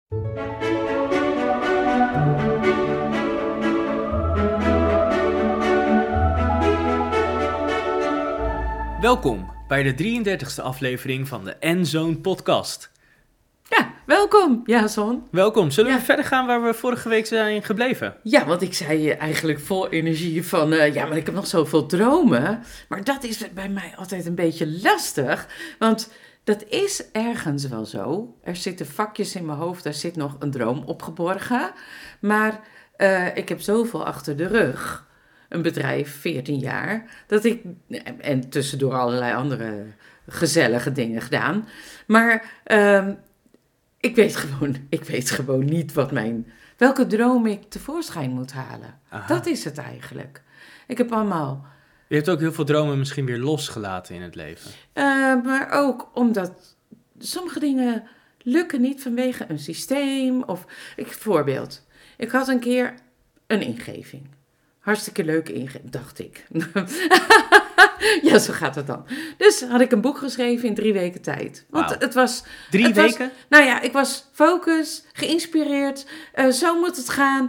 Welkom bij de 33e aflevering van de N-Zone podcast. Ja, welkom, Jason. Welkom. Zullen we Ja. verder gaan waar we vorige week zijn gebleven? Ja, want ik zei eigenlijk vol energie van, maar ik heb nog zoveel dromen. Maar dat is bij mij altijd een beetje lastig, want dat is ergens wel zo. Er zitten vakjes in mijn hoofd, daar zit nog een droom opgeborgen. Maar ik heb zoveel achter de rug. Een bedrijf, 14 jaar, en tussendoor allerlei andere gezellige dingen gedaan. Maar ik weet gewoon niet welke droom ik tevoorschijn moet halen. Aha. Dat is het eigenlijk. Ik heb allemaal, Je hebt ook heel veel dromen misschien weer losgelaten in het leven. maar ook omdat sommige dingen lukken niet vanwege een systeem. Voorbeeld. Ik had een keer een ingeving. Hartstikke leuke ingeving, dacht ik. Ja, zo gaat het dan. Dus had ik een boek geschreven in 3 weken tijd. Want Wauw. het was... 3 het was- weken? Nou ja, ik was focus, geïnspireerd. Zo moet het gaan.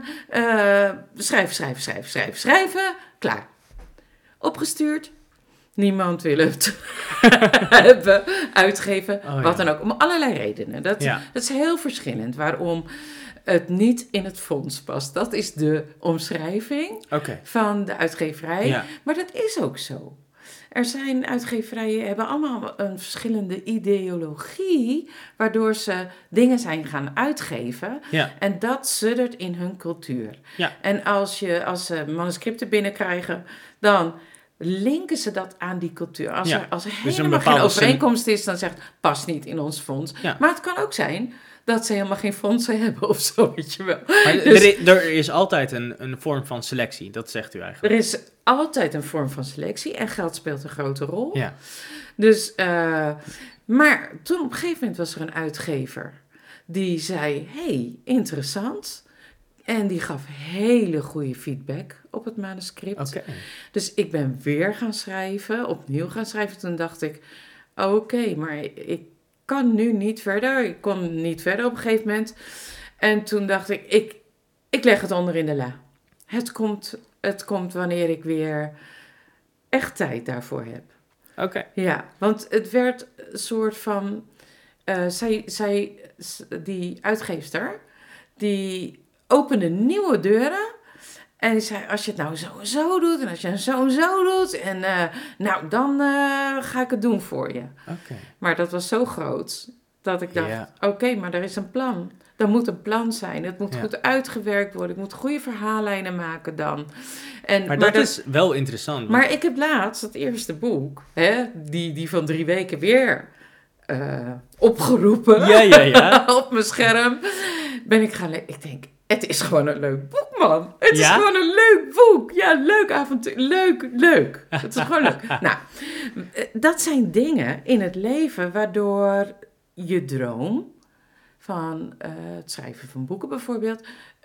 Schrijven. Klaar. Opgestuurd. Niemand wil het hebben, uitgeven. Oh, wat ja. dan ook. Om allerlei redenen. Dat is heel verschillend. Waarom het niet in het fonds past. Dat is de omschrijving Oké. van de uitgeverij. Ja. Maar dat is ook zo. Er zijn uitgeverijen, hebben allemaal een verschillende ideologie, waardoor ze dingen zijn gaan uitgeven. Ja. En dat suddert in hun cultuur. Ja. En als ze manuscripten binnenkrijgen, dan linken ze dat aan die cultuur. Als Ja. er Dus een helemaal geen bepaalde overeenkomst is, dan zegt past niet in ons fonds. Ja. Maar het kan ook zijn dat ze helemaal geen fondsen hebben of zo, weet je wel. Maar Dus- er is altijd een vorm van selectie, dat zegt u eigenlijk. Er is altijd een vorm van selectie en geld speelt een grote rol. Ja. Dus, maar toen op een gegeven moment was er een uitgever die zei, hey, interessant. En die gaf hele goede feedback op het manuscript. Oké. Dus ik ben weer gaan schrijven, opnieuw gaan schrijven. Toen dacht ik, oké, maar ik kan nu niet verder. Ik kon niet verder op een gegeven moment. En toen dacht ik leg het onder in de la. Het komt wanneer ik weer echt tijd daarvoor heb. Oké. Ja, want het werd een soort van... die uitgeefster, die opende nieuwe deuren. En die zei, als je het nou zo en zo doet, en als je het zo en zo doet, en dan ga ik het doen voor je. Oké. Maar dat was zo groot, dat ik dacht, Ja. oké, maar er is een plan. Er moet een plan zijn. Het moet Ja. goed uitgewerkt worden. Ik moet goede verhaallijnen maken dan. Maar dat is wel interessant. Maar ik heb laatst het eerste boek, die van 3 weken weer opgeroepen Ja. op mijn scherm. Ben ik gaan ik denk, het is gewoon een leuk boek, man. Het is Ja? gewoon een leuk boek. Ja, leuk avontuur. Leuk. Het is gewoon leuk. Nou, dat zijn dingen in het leven waardoor je droom van het schrijven van boeken bijvoorbeeld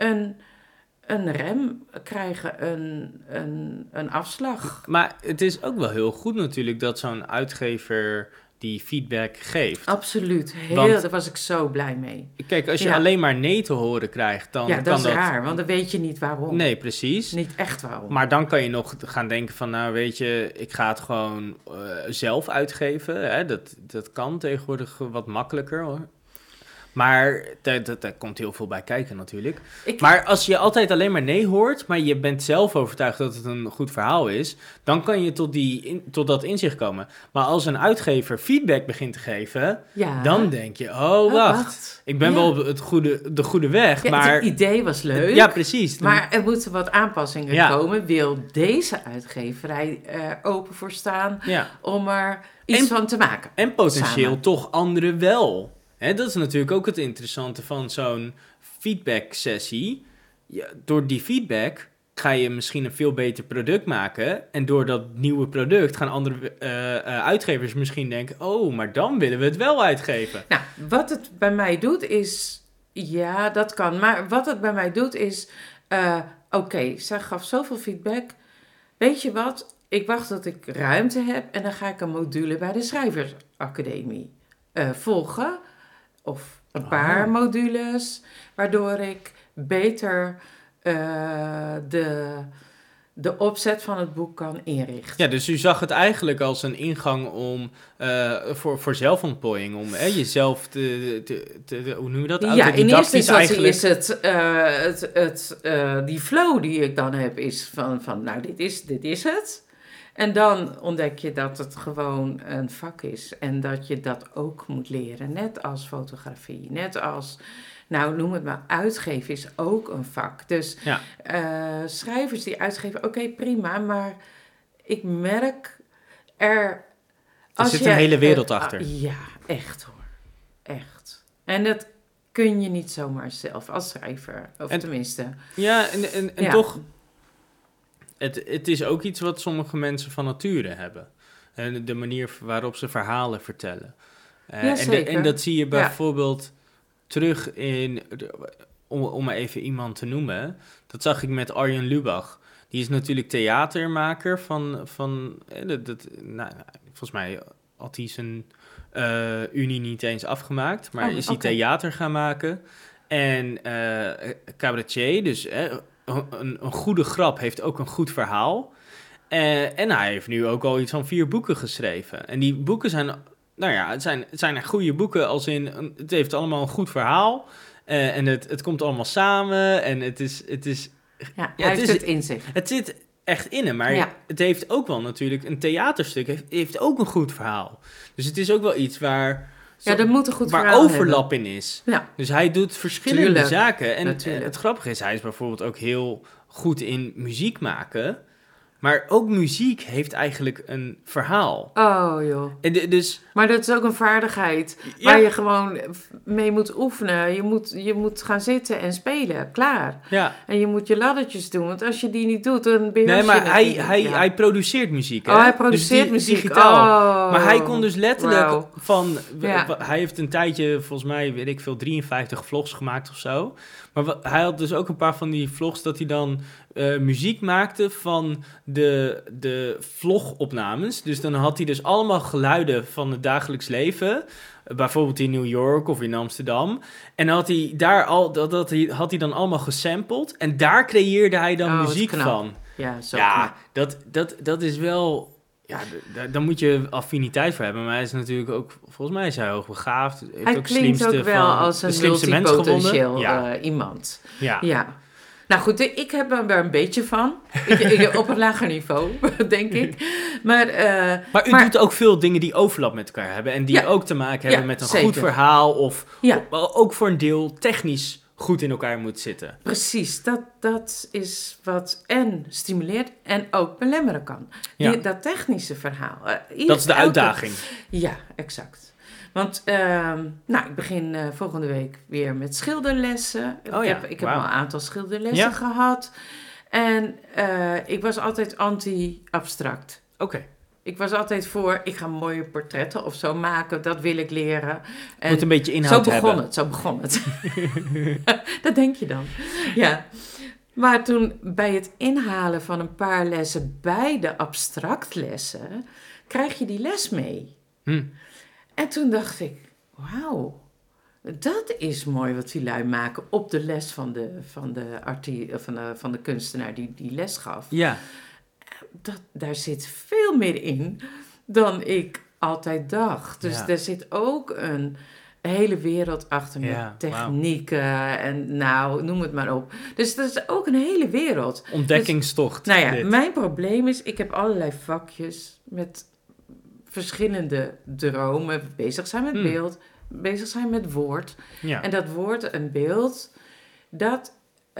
een rem krijgen, een afslag. Maar het is ook wel heel goed natuurlijk dat zo'n uitgever die feedback geeft. Absoluut. Want- Daar was ik zo blij mee. Kijk, als je Ja. alleen maar nee te horen krijgt, dan Ja, kan dat is raar, want dan weet je niet waarom. Nee, precies. Niet echt waarom. Maar dan kan je nog gaan denken van, nou weet je, ik ga het gewoon zelf uitgeven. Hè? Dat kan tegenwoordig wat makkelijker hoor. Maar daar komt heel veel bij kijken natuurlijk. Maar als je altijd alleen maar nee hoort, maar je bent zelf overtuigd dat het een goed verhaal is, dan kan je tot dat inzicht komen. Maar als een uitgever feedback begint te geven, Ja. dan denk je, oh wacht, ik ben Ja. wel op de goede weg, Ja, maar... het idee was leuk. Ja, precies. Maar er moeten wat aanpassingen Ja. komen. Wil deze uitgeverij er open voor staan Ja. om er iets En- van te maken? En potentieel Samen. toch anderen wel. Hè, dat is natuurlijk ook het interessante van zo'n feedback-sessie. Ja, door die feedback ga je misschien een veel beter product maken. En door dat nieuwe product gaan andere uitgevers misschien denken... oh, maar dan willen we het wel uitgeven. Nou, wat het bij mij doet is... Ja, dat kan. Maar wat het bij mij doet is... Oké, zij gaf zoveel feedback. Weet je wat? Ik wacht tot ik ruimte heb... en dan ga ik een module bij de Schrijversacademie volgen. Of Een paar modules, waardoor ik beter de opzet van het boek kan inrichten. Ja, dus u zag het eigenlijk als een ingang om voor zelfontplooiing, om jezelf hoe noem je dat? Ja, in eerste instantie eigenlijk... is het die flow die ik dan heb, is van nou, dit is het. En dan ontdek je dat het gewoon een vak is en dat je dat ook moet leren. Net als fotografie, net als, nou noem het maar, uitgeven is ook een vak. Dus schrijvers die uitgeven, oké, prima, maar ik merk er zit een hele wereld achter. Ja, echt hoor. Echt. En dat kun je niet zomaar zelf als schrijver, of tenminste. Ja, en toch... Het is ook iets wat sommige mensen van nature hebben. En de manier waarop ze verhalen vertellen. En dat zie je bijvoorbeeld terug in... Om maar even iemand te noemen. Dat zag ik met Arjen Lubach. Die is natuurlijk theatermaker volgens mij had hij zijn unie niet eens afgemaakt. Maar is hij theater gaan maken. En cabaretier, dus... Een goede grap heeft ook een goed verhaal. En hij heeft nu ook al iets van 4 boeken geschreven. En die boeken zijn... Nou ja, het zijn echt goede boeken als in... Het heeft allemaal een goed verhaal. En het komt allemaal samen. En het is hij heeft het in zich. Het zit echt in hem. Maar het heeft ook wel natuurlijk... Een theaterstuk heeft ook een goed verhaal. Dus het is ook wel iets waar... er moet een goed waar overlap in is. Ja. Dus hij doet verschillende zaken. En het grappige is, hij is bijvoorbeeld ook heel goed in muziek maken. Maar ook muziek heeft eigenlijk een verhaal. Oh joh. Dus, maar dat is ook een vaardigheid waar je gewoon mee moet oefenen. Je moet gaan zitten en spelen, klaar. Ja. En je moet je laddertjes doen, want als je die niet doet, dan beheers je maar hij produceert muziek. Hè? Oh, hij produceert dus muziek. Digitaal. Oh. Maar hij kon dus letterlijk van... Ja. Hij heeft een tijdje, volgens mij, weet ik veel, 53 vlogs gemaakt of zo. Maar hij had dus ook een paar van die vlogs dat hij dan muziek maakte van de vlogopnames. Dus dan had hij dus allemaal geluiden van het dagelijks leven. Bijvoorbeeld in New York of in Amsterdam. En had hij daar had hij dan allemaal gesampled. En daar creëerde hij dan muziek van. Ja, zo dat is wel... Ja, daar moet je affiniteit voor hebben. Maar hij is natuurlijk ook... Volgens mij is hij hoogbegaafd. Hij ook klinkt ook wel als een multipotentieel iemand. Ja. Nou goed, ik heb er een beetje van. Op een lager niveau, denk ik. Maar u doet ook veel dingen die overlap met elkaar hebben. En die ook te maken hebben met een goed verhaal. Of ook voor een deel technisch goed in elkaar moet zitten. Precies, dat is wat en stimuleert en ook belemmeren kan. Dat technische verhaal. Dat is de uitdaging. Ja, exact. Want ik begin volgende week weer met schilderlessen. Ik heb al een aantal schilderlessen gehad. En ik was altijd anti-abstract. Oké. Ik was altijd voor, ik ga mooie portretten of zo maken. Dat wil ik leren. En moet een beetje inhoud hebben. Zo begon het. Dat denk je dan. Ja. Maar toen bij het inhalen van een paar lessen bij de abstractlessen, krijg je die les mee. En toen dacht ik, wauw, dat is mooi wat die lui maken op de les van de kunstenaar die les gaf. Ja. Daar zit veel meer in dan ik altijd dacht. Dus er zit ook een hele wereld achter met technieken en noem het maar op. Dus dat is ook een hele wereld. Ontdekkingstocht. Dus, mijn probleem is, ik heb allerlei vakjes met verschillende dromen, bezig zijn met beeld, bezig zijn met woord. Ja. En dat woord en beeld, dat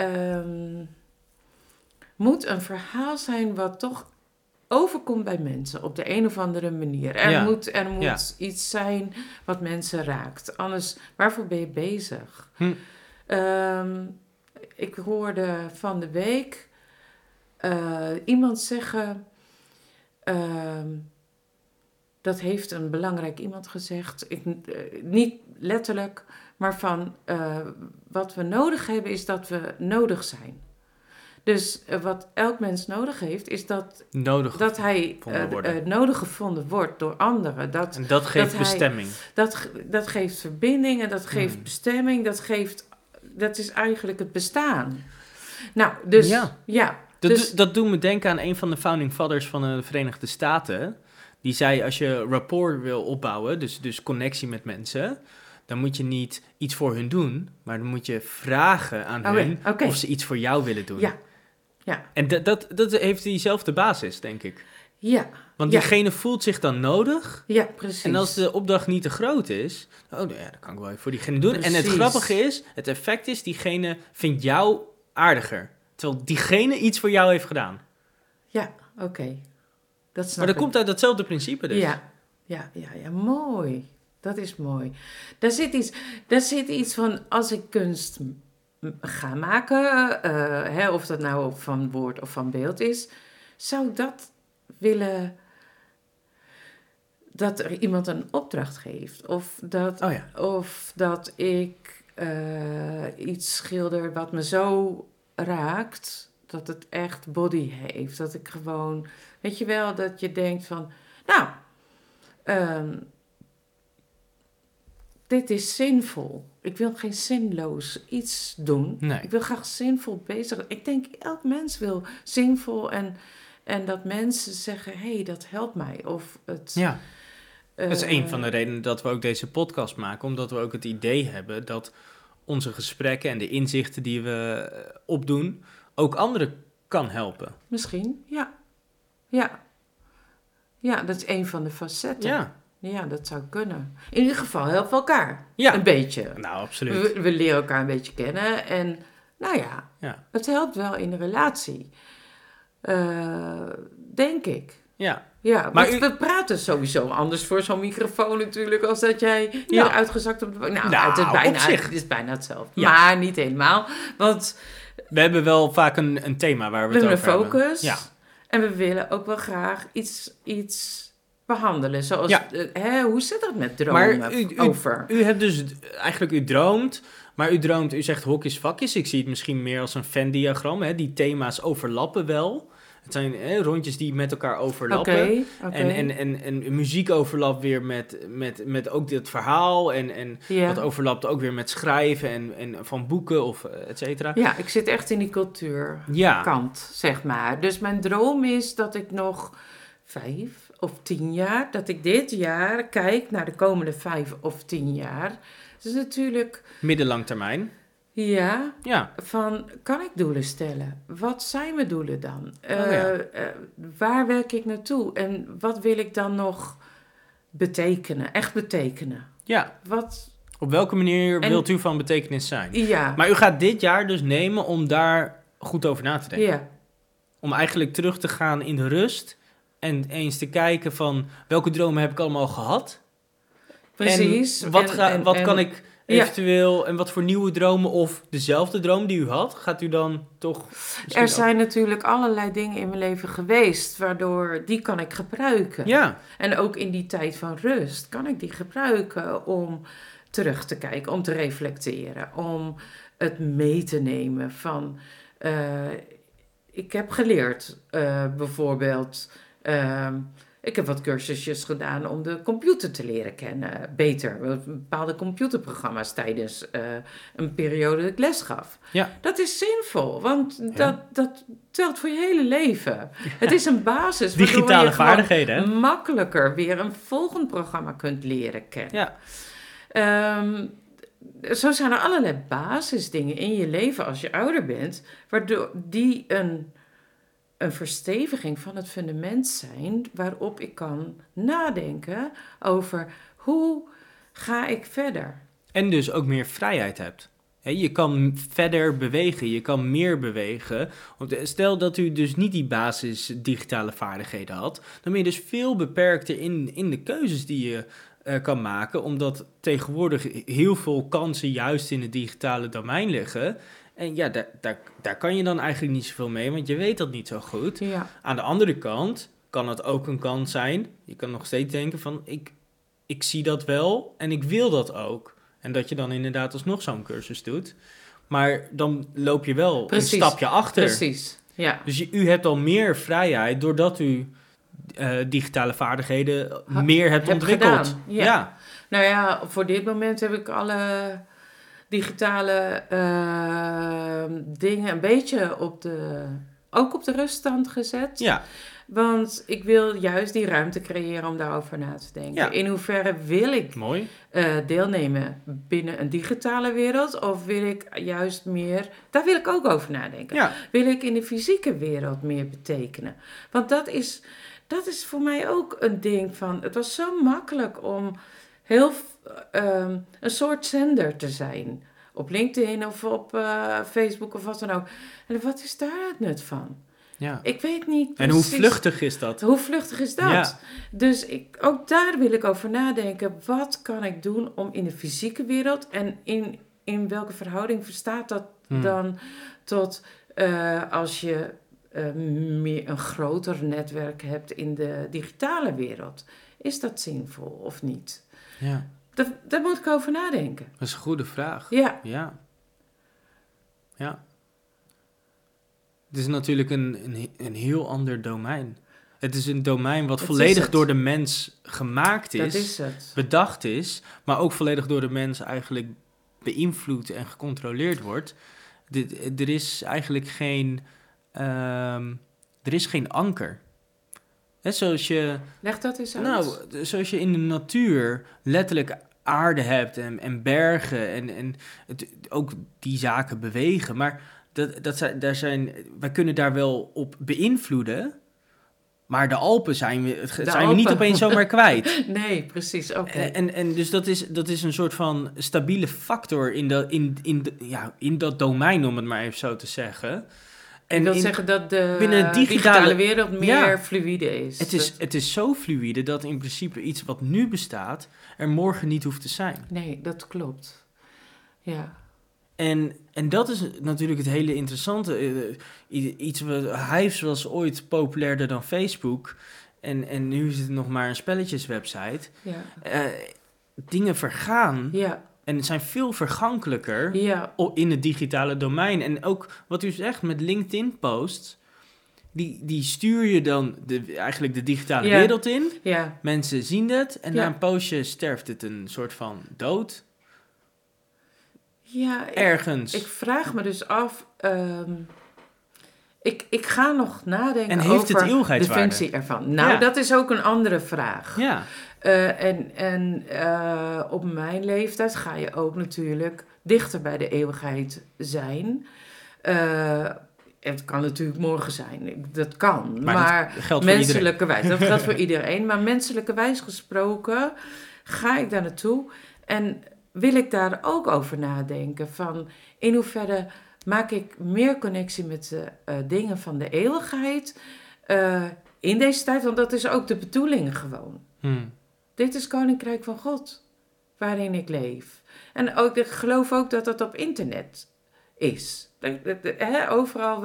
moet een verhaal zijn wat toch overkomt bij mensen op de een of andere manier. Er moet iets zijn wat mensen raakt. Anders, waarvoor ben je bezig? Ik hoorde van de week iemand zeggen... dat heeft een belangrijk iemand gezegd. Niet letterlijk, maar van wat we nodig hebben is dat we nodig zijn. Dus wat elk mens nodig heeft, is dat hij nodig gevonden wordt door anderen. En dat geeft bestemming. Dat geeft verbinding en dat geeft bestemming. Dat is eigenlijk het bestaan. Nou, dus ja. Dat doet me denken aan een van de founding fathers van de Verenigde Staten. Die zei, als je rapport wil opbouwen, dus connectie met mensen, dan moet je niet iets voor hun doen, maar dan moet je vragen aan hun of ze iets voor jou willen doen. Ja. En dat heeft diezelfde basis, denk ik. Ja. Want diegene voelt zich dan nodig. Ja, precies. En als de opdracht niet te groot is, dat kan ik wel even voor diegene doen. Precies. En het grappige is, het effect is, diegene vindt jou aardiger. Terwijl diegene iets voor jou heeft gedaan. Ja, oké. Maar dat komt uit datzelfde principe dus. Ja, mooi. Dat is mooi. Daar zit iets van, als ik kunst ga maken, of dat nou van woord of van beeld is, zou ik dat willen, dat er iemand een opdracht geeft. Of dat ik iets schilder wat me zo raakt, dat het echt body heeft. Dat ik gewoon, weet je wel, dat je denkt van, nou, dit is zinvol. Ik wil geen zinloos iets doen. Nee. Ik wil graag zinvol bezig. Ik denk, elk mens wil zinvol en dat mensen zeggen, hey, dat helpt mij. Of het... Ja. Dat is een van de redenen dat we ook deze podcast maken. Omdat we ook het idee hebben dat onze gesprekken en de inzichten die we opdoen ook anderen kan helpen. Misschien, ja. Ja, dat is een van de facetten. Ja, dat zou kunnen. In ieder geval helpen we elkaar. Ja. Een beetje. Nou, absoluut. We leren elkaar een beetje kennen. En nou ja, het helpt wel in de relatie. Denk ik. Ja, maar we praten sowieso anders voor zo'n microfoon natuurlijk, als dat jij hier uitgezakt op de bank. Het is bijna hetzelfde. Ja. Maar niet helemaal. Want we hebben wel vaak een thema waar we het over hebben. We hebben een focus. Ja. En we willen ook wel graag iets behandelen. Zoals, hoe zit dat met dromen? Maar u hebt dus eigenlijk, u droomt, maar u zegt hokjes vakjes. Ik zie het misschien meer als een Venn-diagram. Die thema's overlappen wel. Het zijn rondjes die met elkaar overlappen. Okay. En muziek overlapt weer met ook dit verhaal. En dat overlapt ook weer met schrijven en van boeken of et cetera. Ja, ik zit echt in die cultuurkant, zeg maar. Dus mijn droom is dat ik nog 5 of 10 jaar, dat ik dit jaar kijk naar de komende 5 of 10 jaar. Dus natuurlijk... Middellang termijn. Ja, kan ik doelen stellen? Wat zijn mijn doelen dan? Waar werk ik naartoe? En wat wil ik dan nog betekenen? Echt betekenen? Ja. Op welke manier wilt u van betekenis zijn? Ja. Maar u gaat dit jaar dus nemen om daar goed over na te denken. Ja. Om eigenlijk terug te gaan in de rust en eens te kijken van welke dromen heb ik allemaal gehad? Precies. En wat kan ik... eventueel, en wat voor nieuwe dromen of dezelfde droom die u had, gaat u dan toch... Er zijn natuurlijk allerlei dingen in mijn leven geweest, waardoor die kan ik gebruiken. Ja. En ook in die tijd van rust kan ik die gebruiken om terug te kijken, om te reflecteren, om het mee te nemen van... ik heb geleerd, bijvoorbeeld... ik heb wat cursusjes gedaan om de computer te leren kennen, beter. Bepaalde computerprogramma's tijdens een periode dat ik les gaf. Ja. Dat is zinvol, want dat telt voor je hele leven. Het is een basis digitale je vaardigheden, makkelijker weer een volgend programma kunt leren kennen. Ja. Zo zijn er allerlei basisdingen in je leven als je ouder bent, waardoor die een versteviging van het fundament zijn waarop ik kan nadenken over hoe ga ik verder. En dus ook meer vrijheid hebt. Je kan verder bewegen, je kan meer bewegen. Stel dat u dus niet die basis digitale vaardigheden had, dan ben je dus veel beperkter in de keuzes die je kan maken, omdat tegenwoordig heel veel kansen juist in het digitale domein liggen. En ja, daar kan je dan eigenlijk niet zoveel mee, want je weet dat niet zo goed. Ja. Aan de andere kant kan het ook een kans zijn. Je kan nog steeds denken van, ik zie dat wel en ik wil dat ook. En dat je dan inderdaad alsnog zo'n cursus doet. Maar dan loop je wel een stapje achter. Precies. Ja. Dus u hebt al meer vrijheid doordat u digitale vaardigheden meer hebt ontwikkeld. Gedaan, ja. Nou ja, voor dit moment heb ik alle digitale dingen een beetje ook op de ruststand gezet. Ja. Want ik wil juist die ruimte creëren om daarover na te denken. Ja. In hoeverre wil ik Mooi. deelnemen binnen een digitale wereld? Of wil ik juist meer... Daar wil ik ook over nadenken. Ja. Wil ik in de fysieke wereld meer betekenen? Want dat is voor mij ook een ding van... Het was zo makkelijk om een soort zender te zijn. Op LinkedIn of op Facebook of wat dan ook. En wat is daar het nut van? Ja. Ik weet niet precies. En hoe vluchtig is dat? Hoe vluchtig is dat? Ja. Dus ook daar wil ik over nadenken. Wat kan ik doen om in de fysieke wereld... en in welke verhouding verstaat dat dan tot als je meer een groter netwerk hebt in de digitale wereld? Is dat zinvol of niet? Ja. Daar moet ik over nadenken. Dat is een goede vraag. Ja. Ja. Het is natuurlijk een heel ander domein. Het is een domein wat volledig door de mens gemaakt is. Dat is het. Bedacht is, maar ook volledig door de mens eigenlijk beïnvloed en gecontroleerd wordt. Er is eigenlijk geen anker. Zoals je... Leg dat eens uit. Nou, zoals je in de natuur letterlijk aarde hebt en bergen en ook die zaken bewegen. Maar wij kunnen daar wel op beïnvloeden, maar de Alpen zijn we niet opeens zomaar kwijt. Nee, precies. Okay. En dus dat is een soort van stabiele factor in dat domein, om het maar even zo te zeggen. En dat zeggen dat de binnen digitale wereld meer fluïde is. Het is zo fluïde dat in principe iets wat nu bestaat er morgen niet hoeft te zijn. Nee, dat klopt. Ja. En dat is natuurlijk het hele interessante. Hives was ooit populairder dan Facebook. En nu is het nog maar een spelletjeswebsite. Ja. Dingen vergaan. Ja. En zijn veel vergankelijker Ja. in het digitale domein. En ook wat u zegt met LinkedIn-posts. Die stuur je dan eigenlijk de digitale wereld in. Ja. Mensen zien het. En na een postje sterft het een soort van dood. Ja, ergens. Ik vraag me dus af... Ik ga nog nadenken en heeft over het eeuwigheidswaarde? de functie ervan. Nou, dat is ook een andere vraag. Ja. Op mijn leeftijd ga je ook natuurlijk dichter bij de eeuwigheid zijn. Het kan natuurlijk morgen zijn. Dat kan. Maar dat geldt menselijkerwijs. Dat geldt voor iedereen. Maar menselijkerwijs gesproken ga ik daar naartoe. En wil ik daar ook over nadenken. Van in hoeverre maak ik meer connectie met de dingen van de eeuwigheid in deze tijd. Want dat is ook de bedoeling gewoon. Dit is Koninkrijk van God, waarin ik leef. En ik geloof ook dat dat op internet is. Overal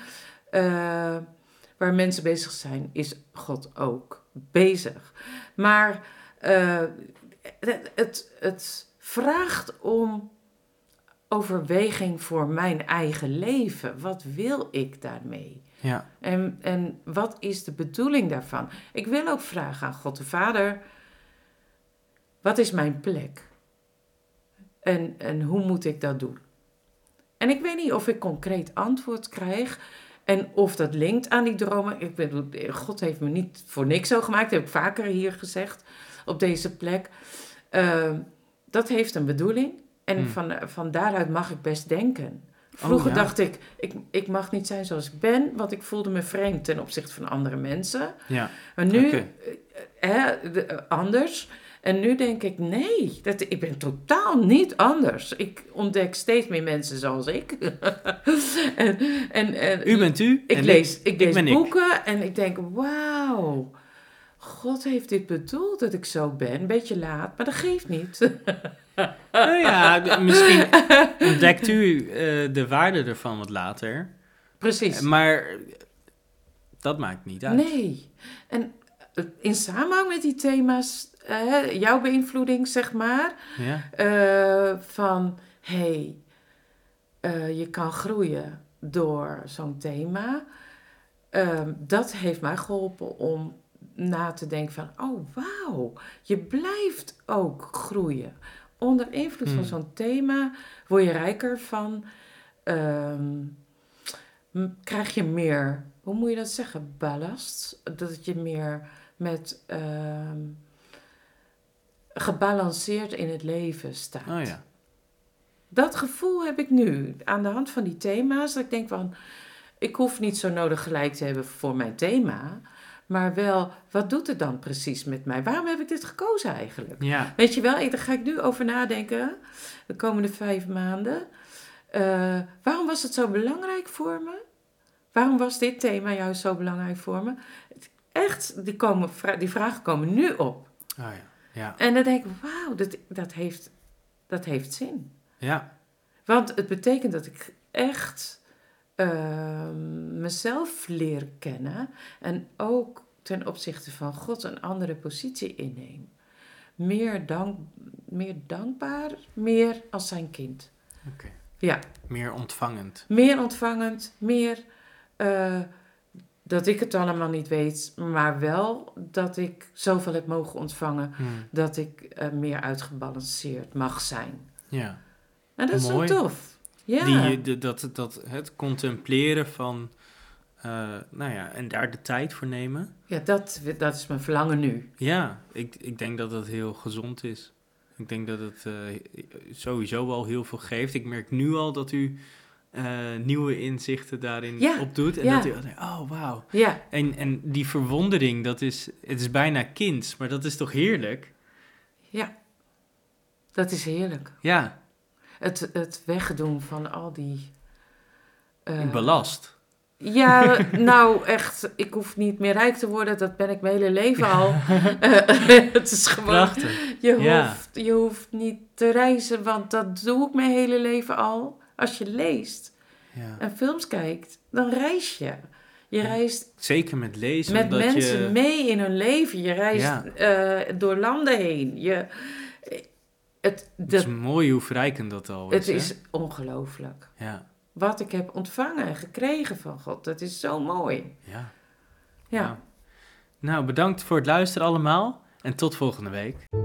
waar mensen bezig zijn, is God ook bezig. Maar het vraagt om overweging voor mijn eigen leven. Wat wil ik daarmee? Ja. En wat is de bedoeling daarvan? Ik wil ook vragen aan God de Vader... Wat is mijn plek? En hoe moet ik dat doen? En ik weet niet of ik concreet antwoord krijg. En of dat linkt aan die dromen. God heeft me niet voor niks zo gemaakt. Dat heb ik vaker hier gezegd. Op deze plek. Dat heeft een bedoeling. En van daaruit mag ik best denken. Vroeger dacht ik mag niet zijn zoals ik ben. Want ik voelde me vreemd ten opzichte van andere mensen. Ja. Maar nu anders... En nu denk ik, nee, ik ben totaal niet anders. Ik ontdek steeds meer mensen zoals ik. U bent u. Ik lees boeken en ik denk, wauw, God heeft dit bedoeld dat ik zo ben. Een beetje laat, maar dat geeft niet. Nou ja, misschien ontdekt u de waarde ervan wat later. Precies. Maar dat maakt niet uit. Nee. En in samenhang met die thema's... jouw beïnvloeding, zeg maar. Ja. Van, je kan groeien. door zo'n thema. Dat heeft mij geholpen om na te denken van, oh wauw, je blijft ook groeien. Onder invloed van zo'n thema word je rijker van, krijg je meer, hoe moet je dat zeggen, ballast. Dat je meer met gebalanceerd in het leven staat. Oh ja. Dat gevoel heb ik nu aan de hand van die thema's. Dat ik denk van, ik hoef niet zo nodig gelijk te hebben voor mijn thema. Maar wel, wat doet het dan precies met mij? Waarom heb ik dit gekozen eigenlijk? Ja. Weet je wel, daar ga ik nu over nadenken. De komende 5 maanden. Waarom was het zo belangrijk voor me? Waarom was dit thema juist zo belangrijk voor me? Echt, die vragen komen nu op. Oh ja. Ja. En dan denk ik, wauw, dat heeft zin. Ja. Want het betekent dat ik echt mezelf leer kennen. En ook ten opzichte van God een andere positie inneem. Meer dankbaar, meer als zijn kind. Oké. Ja. Meer ontvangend. Meer ontvangend, meer dat ik het allemaal niet weet, maar wel dat ik zoveel heb mogen ontvangen, dat ik meer uitgebalanceerd mag zijn. Ja. En dat is zo Mooi. tof. Ja. Het contempleren van, en daar de tijd voor nemen. Ja, dat is mijn verlangen nu. Ja, ik denk dat dat heel gezond is. Ik denk dat het sowieso al heel veel geeft. Ik merk nu al dat u nieuwe inzichten daarin opdoet. En dat u oh wauw. Ja. En die verwondering, het is bijna kinds, maar dat is toch heerlijk? Ja, dat is heerlijk. Ja. Het wegdoen van al die... ballast. Ja, nou echt, ik hoef niet meer rijk te worden, dat ben ik mijn hele leven al. Het is gewoon, prachtig. Je hoeft niet te reizen, want dat doe ik mijn hele leven al. Als je leest en films kijkt, dan reis je. Je reist... Zeker met lezen. Met mensen mee in hun leven. Je reist door landen heen. Het is mooi hoe verrijkend dat al is. Het is ongelooflijk. Ja. Wat ik heb ontvangen en gekregen van God. Dat is zo mooi. Ja. Nou, bedankt voor het luisteren allemaal. En tot volgende week.